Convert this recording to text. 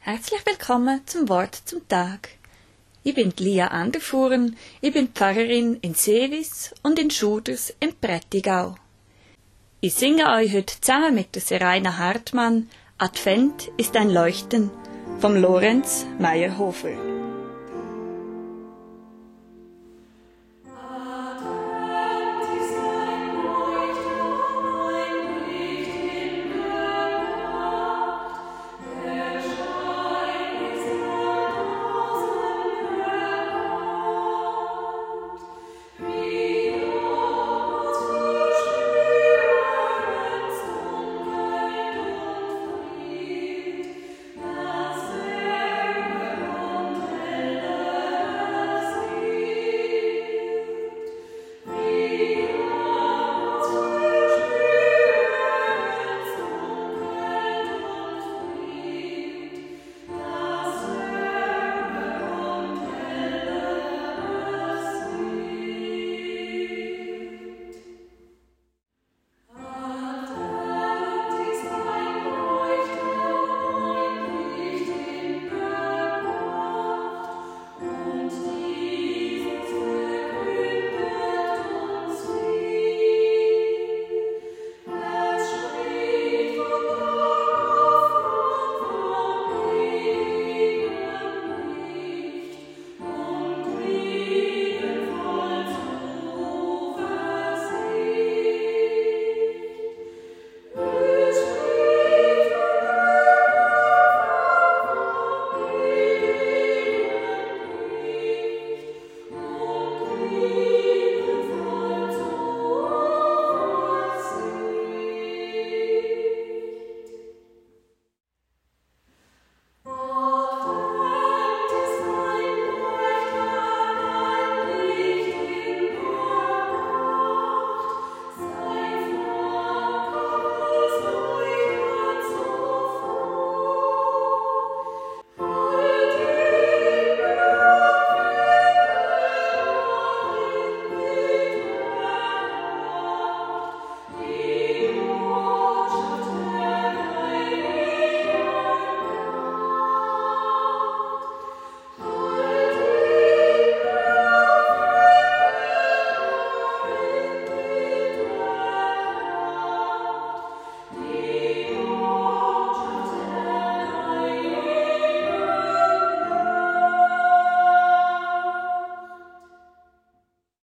Herzlich willkommen zum Wort zum Tag. Ich bin Lia Anderfuhren, ich bin Pfarrerin in Seewis und in Schuders im Prättigau. Ich singe euch heute zusammen mit der Seraina Hartmann Advent ist ein Leuchten vom Lorenz Meyerhofer.